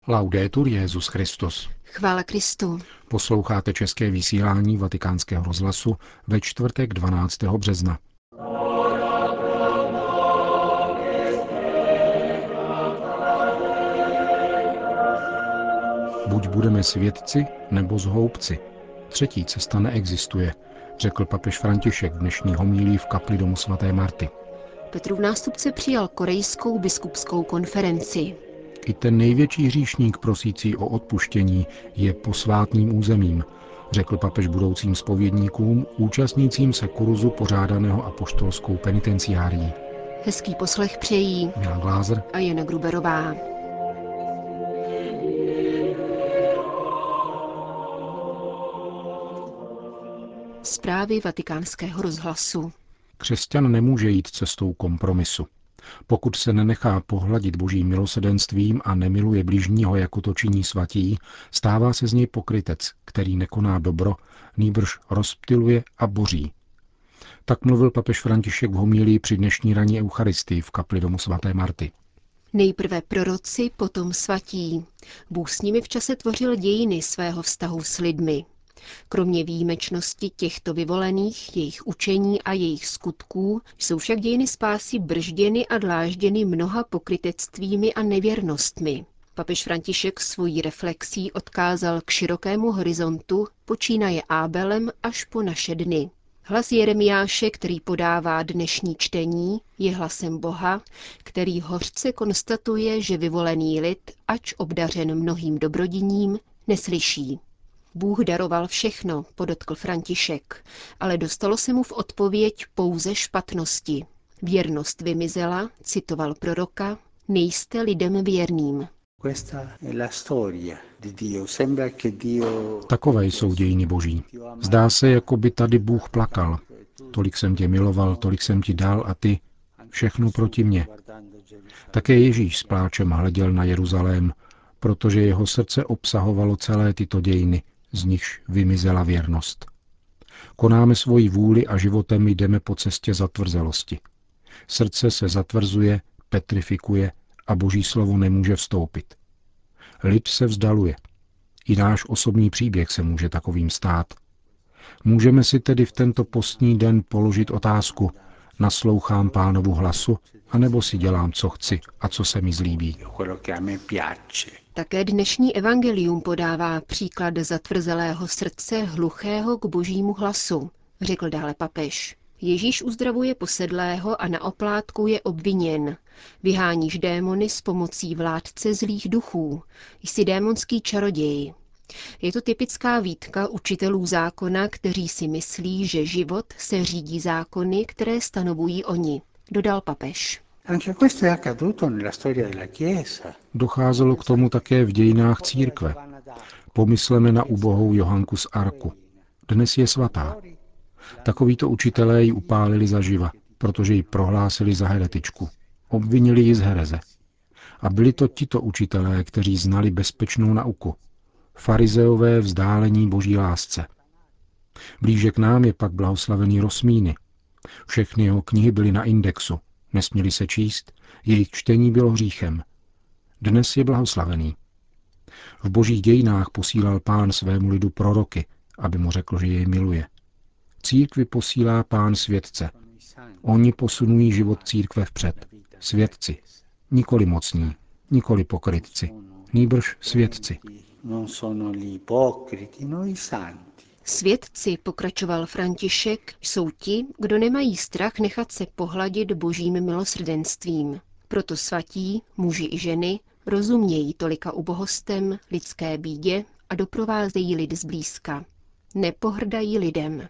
Laudetur Jesus Christus. Chvála Kristu. Posloucháte české vysílání Vatikánského rozhlasu ve čtvrtek 12. března. Buď budeme svědci, nebo zhoubci. Třetí cesta neexistuje, řekl papež František v dnešní homílii v kapli domu svaté Marty. Petrův nástupce přijal korejskou biskupskou konferenci. I ten největší hříšník prosící o odpuštění je posvátným územím, řekl papež budoucím zpovědníkům, účastnícím se kurzu pořádaného apoštolskou penitenciárií. Hezký poslech přejí Milan Glázer a Jana Gruberová. Zprávy Vatikánského rozhlasu. Křesťan nemůže jít cestou kompromisu. Pokud se nenechá pohladit božím milosrdenstvím a nemiluje bližního, jako to činí svatí, stává se z něj pokrytec, který nekoná dobro, nýbrž rozptyluje a boří. Tak mluvil papež František v homílii při dnešní ranní eucharistii v kapli domu svaté Marty. Nejprve proroci, potom svatí. Bůh s nimi v čase tvořil dějiny svého vztahu s lidmi. Kromě výjimečnosti těchto vyvolených, jejich učení a jejich skutků, jsou však dějiny spásy bržděny a dlážděny mnoha pokrytectvími a nevěrnostmi. Papež František svojí reflexí odkázal k širokému horizontu, počínaje Ábelem až po naše dny. Hlas Jeremiáše, který podává dnešní čtení, je hlasem Boha, který hořce konstatuje, že vyvolený lid, ač obdařen mnohým dobrodiním, neslyší. Bůh daroval všechno, podotkl František, ale dostalo se mu v odpověď pouze špatnosti. Věrnost vymizela, citoval proroka, nejste lidem věrným. Takové jsou dějiny boží. Zdá se, jako by tady Bůh plakal. Tolik jsem tě miloval, tolik jsem ti dal a ty, všechno proti mně. Také Ježíš s pláčem hleděl na Jeruzalém, protože jeho srdce obsahovalo celé tyto dějiny, z nichž vymizela věrnost. Konáme svoji vůli a životem jdeme po cestě zatvrzelosti. Srdce se zatvrzuje, petrifikuje a boží slovo nemůže vstoupit. Lid se vzdaluje. I náš osobní příběh se může takovým stát. Můžeme si tedy v tento postní den položit otázku, naslouchám Pánovu hlasu, anebo si dělám, co chci a co se mi zlíbí. Také dnešní evangelium podává příklad zatvrzelého srdce hluchého k božímu hlasu, řekl dále papež. Ježíš uzdravuje posedlého a na oplátku je obviněn. Vyháníš démony s pomocí vládce zlých duchů. Jsi démonský čaroděj. Je to typická výtka učitelů zákona, kteří si myslí, že život se řídí zákony, které stanovují oni, dodal papež. Docházelo k tomu také v dějinách církve. Pomysleme na ubohou Johanku z Arku. Dnes je svatá. Takovíto učitelé ji upálili zaživa, protože ji prohlásili za heretičku. Obvinili ji z hereze. A byli to tito učitelé, kteří znali bezpečnou nauku. Farizeové vzdálení boží lásce. Blíže k nám je pak blahoslavený Rosmíny. Všechny jeho knihy byly na indexu. Nesměli se číst, jejich čtení bylo hříchem. Dnes je blahoslavený. V božích dějinách posílal Pán svému lidu proroky, aby mu řekl, že jej miluje. Církvi posílá Pán svědce. Oni posunují život církve vpřed. Svědci. Nikoli mocní, nikoli pokrytci. Nýbrž svědci. Svědci, pokračoval František, jsou ti, kdo nemají strach nechat se pohladit božím milosrdenstvím. Proto svatí, muži i ženy, rozumějí tolika ubohostem, lidské bídě a doprovázejí lid zblízka. Nepohrdají lidem.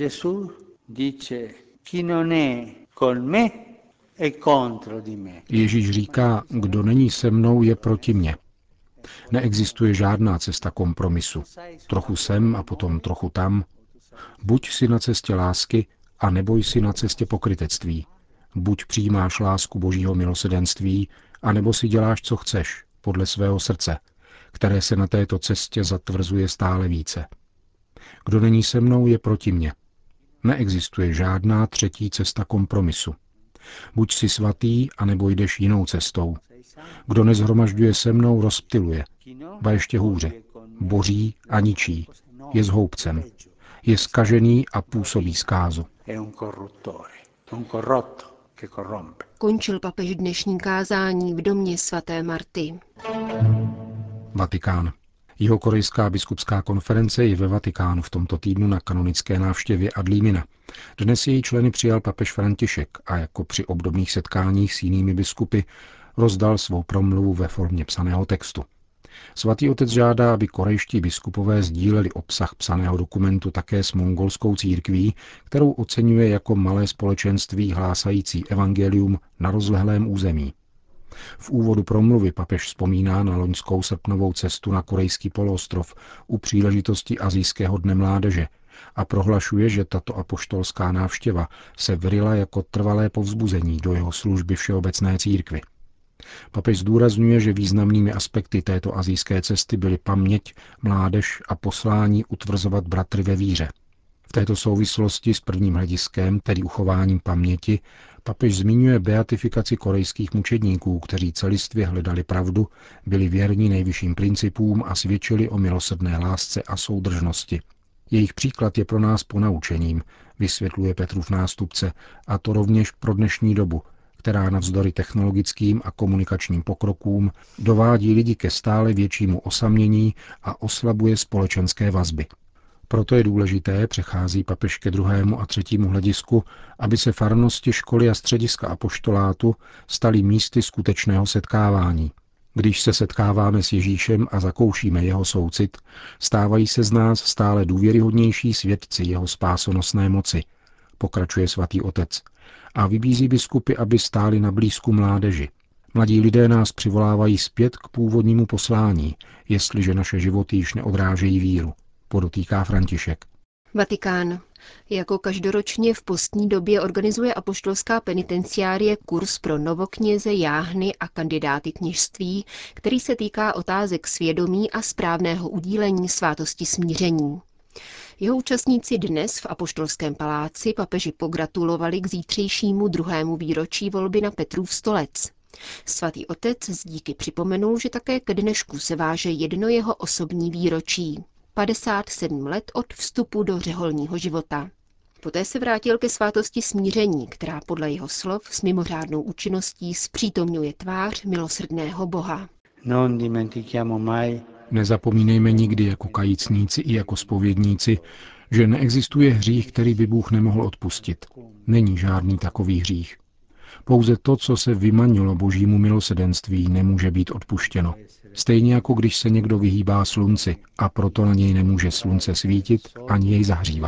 Ježíš říká, kdo není se mnou, je proti mně. Neexistuje žádná cesta kompromisu. Trochu sem a potom trochu tam. Buď si na cestě lásky, a nebo jsi na cestě pokrytectví. Buď přijímáš lásku božího milosrdenství, a nebo si děláš, co chceš, podle svého srdce, které se na této cestě zatvrzuje stále více. Kdo není se mnou, je proti mně. Neexistuje žádná třetí cesta kompromisu. Buď jsi svatý, anebo jdeš jinou cestou. Kdo nezhromažďuje se mnou, rozptyluje, Ba ještě hůře. Boří a ničí. Je zhoubcem. Je zkažený a působí zkázu. Končil papež dnešní kázání v domě svaté Marty. Vatikán. Jihokorejská biskupská konference je ve Vatikánu v tomto týdnu na kanonické návštěvě ad limina. Dnes její členy přijal papež František a jako při obdobných setkáních s jinými biskupy rozdal svou promluvu ve formě psaného textu. Svatý otec žádá, aby korejští biskupové sdíleli obsah psaného dokumentu také s mongolskou církví, kterou oceňuje jako malé společenství hlásající evangelium na rozlehlém území. V úvodu promluvy papež vzpomíná na loňskou srpnovou cestu na korejský poloostrov u příležitosti Asijského dne mládeže a prohlašuje, že tato apoštolská návštěva se vryla jako trvalé povzbuzení do jeho služby všeobecné církvi. Papež zdůrazňuje, že významnými aspekty této asijské cesty byly paměť, mládež a poslání utvrzovat bratry ve víře. V této souvislosti s prvním hlediskem, tedy uchováním paměti, papež zmiňuje beatifikaci korejských mučedníků, kteří celistvě hledali pravdu, byli věrní nejvyšším principům a svědčili o milosrdné lásce a soudržnosti. Jejich příklad je pro nás ponaučením, vysvětluje Petrův nástupce, a to rovněž pro dnešní dobu, která navzdory technologickým a komunikačním pokrokům dovádí lidi ke stále většímu osamění a oslabuje společenské vazby. Proto je důležité, přechází papež ke druhému a třetímu hledisku, aby se farnosti, školy a střediska apoštolátu staly místy skutečného setkávání. Když se setkáváme s Ježíšem a zakoušíme jeho soucit, stávají se z nás stále důvěryhodnější svědci jeho spásonosné moci, pokračuje svatý otec, a vybízí biskupy, aby stáli na blízku mládeži. Mladí lidé nás přivolávají zpět k původnímu poslání, jestliže naše životy již neodrážejí víru, podotýká František. Vatikán. Jako každoročně v postní době organizuje apoštolská penitenciárie kurz pro novokněze, jáhny a kandidáty kněžství, který se týká otázek svědomí a správného udílení svátosti smíření. Jeho účastníci dnes v Apoštolském paláci papeži pogratulovali k zítřejšímu 2. výročí volby na Petrův stolec. Svatý otec z díky připomenul, že také ke dnešku se váže jedno jeho osobní výročí. 57 let od vstupu do řeholního života. Poté se vrátil ke svátosti smíření, která podle jeho slov s mimořádnou účinností zpřítomňuje tvář milosrdného Boha. Nezapomínejme nikdy jako kajícníci i jako zpovědníci, že neexistuje hřích, který by Bůh nemohl odpustit. Není žádný takový hřích. Pouze to, co se vymanilo božímu milosedenství, nemůže být odpuštěno. Stejně jako když se někdo vyhýbá slunci a proto na něj nemůže slunce svítit ani jej zahřívat.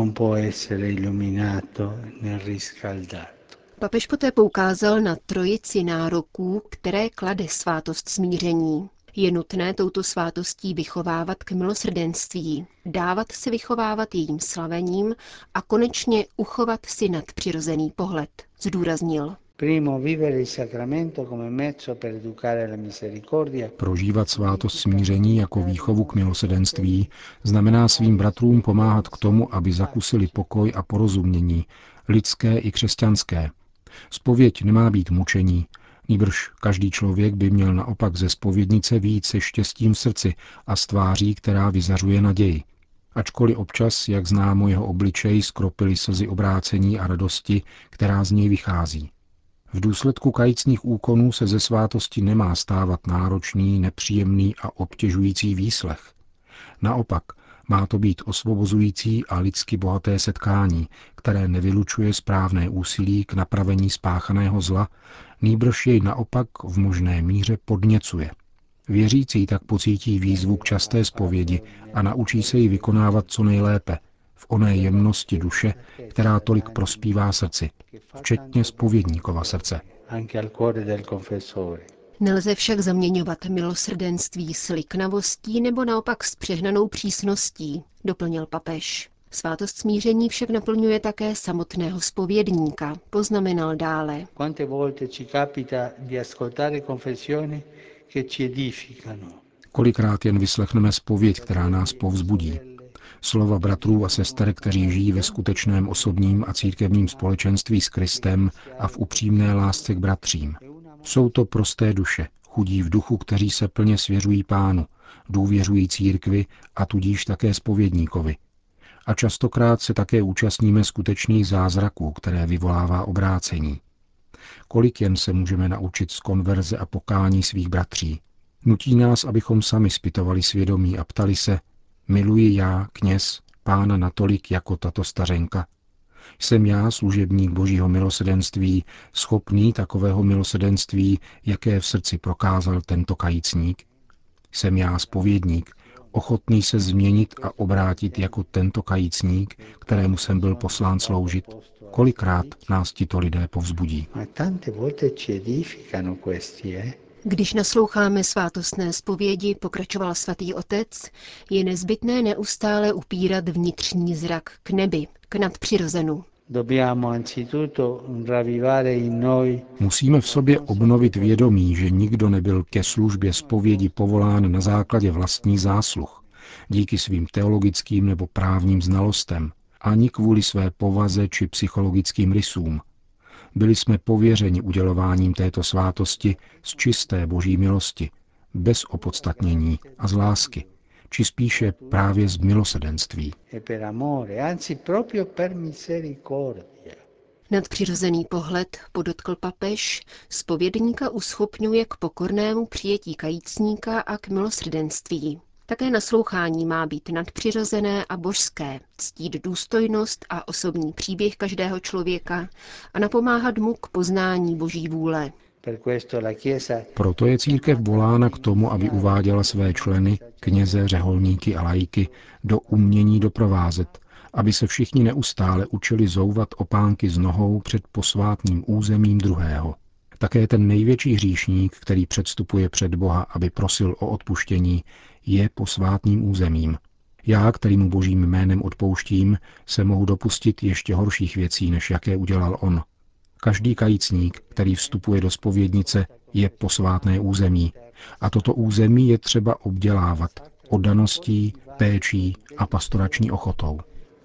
Papež poté poukázal na trojici nároků, které klade svátost smíření. Je nutné touto svátostí vychovávat k milosrdenství, dávat se vychovávat jejím slavením a konečně uchovat si nadpřirozený pohled, zdůraznil. Prožívat svátost smíření jako výchovu k milosrdenství znamená svým bratrům pomáhat k tomu, aby zakusili pokoj a porozumění, lidské i křesťanské. Zpověď nemá být mučení, nýbrž každý člověk by měl naopak ze zpovědnice vyjít se štěstím v srdci a s tváří, která vyzařuje naději. Ačkoliv občas, jak známo jeho obličej, skropily slzy obrácení a radosti, která z něj vychází. V důsledku kajícních úkonů se ze svátosti nemá stávat náročný, nepříjemný a obtěžující výslech. Naopak, má to být osvobozující a lidsky bohaté setkání, které nevylučuje správné úsilí k napravení spáchaného zla, nýbrž jej naopak v možné míře podněcuje. Věřící tak pocítí výzvu k časté zpovědi a naučí se ji vykonávat co nejlépe, v oné jemnosti duše, která tolik prospívá srdci, včetně zpovědníkova srdce. Nelze však zaměňovat milosrdenství s liknavostí nebo naopak s přehnanou přísností, doplnil papež. Svátost smíření však naplňuje také samotného zpovědníka, poznamenal dále. Kolikrát jen vyslechneme zpověď, která nás povzbudí. Slova bratrů a sester, kteří žijí ve skutečném osobním a církevním společenství s Kristem a v upřímné lásce k bratřím. Jsou to prosté duše, chudí v duchu, kteří se plně svěřují Pánu, důvěřují církvi a tudíž také zpovědníkovi. A častokrát se také účastníme skutečných zázraků, které vyvolává obrácení. Kolik jen se můžeme naučit z konverze a pokání svých bratří. Nutí nás, abychom sami zpytovali svědomí a ptali se, miluji já, kněz, Pána natolik jako tato stařenka? Jsem já, služebník Božího milosrdenství, schopný takového milosrdenství, jaké v srdci prokázal tento kajícník? Jsem já, zpovědník, ochotný se změnit a obrátit jako tento kajícník, kterému jsem byl poslán sloužit? Kolikrát nás tito lidé povzbudí? Když nasloucháme svátostné zpovědi, pokračoval svatý otec, je nezbytné neustále upírat vnitřní zrak k nebi, k nadpřirozenu. Musíme v sobě obnovit vědomí, že nikdo nebyl ke službě zpovědi povolán na základě vlastních zásluh, díky svým teologickým nebo právním znalostem, ani kvůli své povaze či psychologickým rysům. Byli jsme pověřeni udělováním této svátosti z čisté boží milosti, bez opodstatnění a z lásky, či spíše právě z milosrdenství. Nadpřirozený pohled, podotkl papež, zpovědníka uschopňuje k pokornému přijetí kajícníka a k milosrdenství. Také naslouchání má být nadpřirozené a božské, ctít důstojnost a osobní příběh každého člověka a napomáhat mu k poznání boží vůle. Proto je církev volána k tomu, aby uváděla své členy, kněze, řeholníky a laiky, do umění doprovázet, aby se všichni neustále učili zouvat opánky z nohou před posvátným územím druhého. Také ten největší hříšník, který předstupuje před Boha, aby prosil o odpuštění, je posvátným územím. Já, který mu božím jménem odpouštím, se mohu dopustit ještě horších věcí, než jaké udělal on. Každý kajícník, který vstupuje do zpovědnice, je posvátné území. A toto území je třeba obdělávat oddaností, péčí a pastorační ochotou.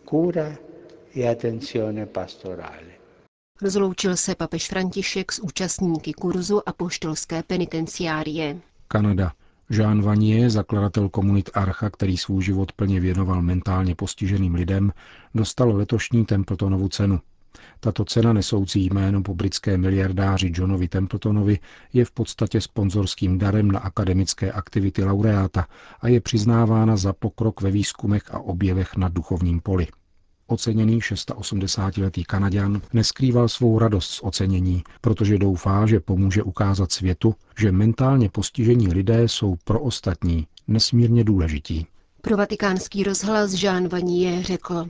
Rozloučil se papež František s účastníky kurzu apoštolské penitenciárie. Kanada. Jean Vanier, zakladatel komunit Archa, který svůj život plně věnoval mentálně postiženým lidem, dostal letošní Templetonovu cenu. Tato cena nesoucí jméno po britském miliardáři Johnovi Templetonovi je v podstatě sponzorským darem na akademické aktivity laureáta a je přiznávána za pokrok ve výzkumech a objevech na duchovním poli. Oceněný 86letý Kanaďan neskrýval svou radost z ocenění, protože doufá, že pomůže ukázat světu, že mentálně postižení lidé jsou pro ostatní nesmírně důležití. Pro Vatikánský rozhlas Jean Vanier řekl: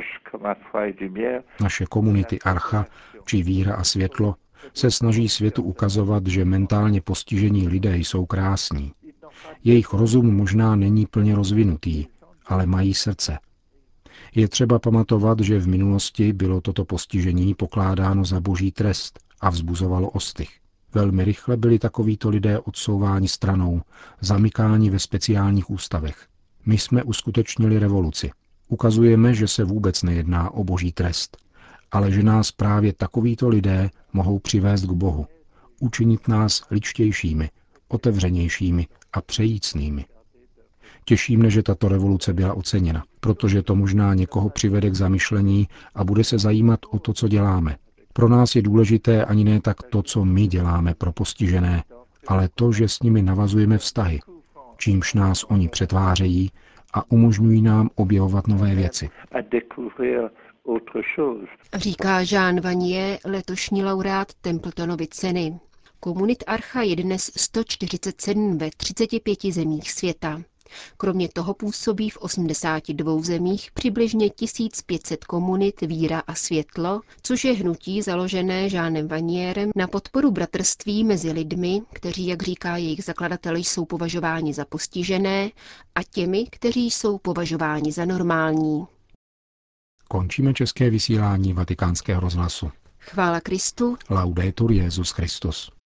Naše komunity Archa, či Víra a světlo, se snaží světu ukazovat, že mentálně postižení lidé jsou krásní. Jejich rozum možná není plně rozvinutý, ale mají srdce. Je třeba pamatovat, že v minulosti bylo toto postižení pokládáno za boží trest a vzbuzovalo ostych. Velmi rychle byli takovíto lidé odsouváni stranou, zamykáni ve speciálních ústavech. My jsme uskutečnili revoluci. Ukazujeme, že se vůbec nejedná o boží trest, ale že nás právě takovíto lidé mohou přivést k Bohu, učinit nás ličtějšími, otevřenějšími a přejícnými. Těší mne, že tato revoluce byla oceněna, protože to možná někoho přivede k zamyšlení a bude se zajímat o to, co děláme. Pro nás je důležité ani ne tak to, co my děláme pro postižené, ale to, že s nimi navazujeme vztahy, čímž nás oni přetvářejí a umožňují nám objevovat nové věci. Říká Jean Vanier, letošní laureát Templetonovy ceny. Komunit Archa je dnes 147 ve 35 zemích světa. Kromě toho působí v 82 zemích přibližně 1500 komunit Víra a světlo, což je hnutí založené Jeanem Vanierem na podporu bratrství mezi lidmi, kteří, jak říká jejich zakladatel, jsou považováni za postižené, a těmi, kteří jsou považováni za normální. Končíme české vysílání Vatikánského rozhlasu. Chvála Kristu. Laudetur Jesus Christus.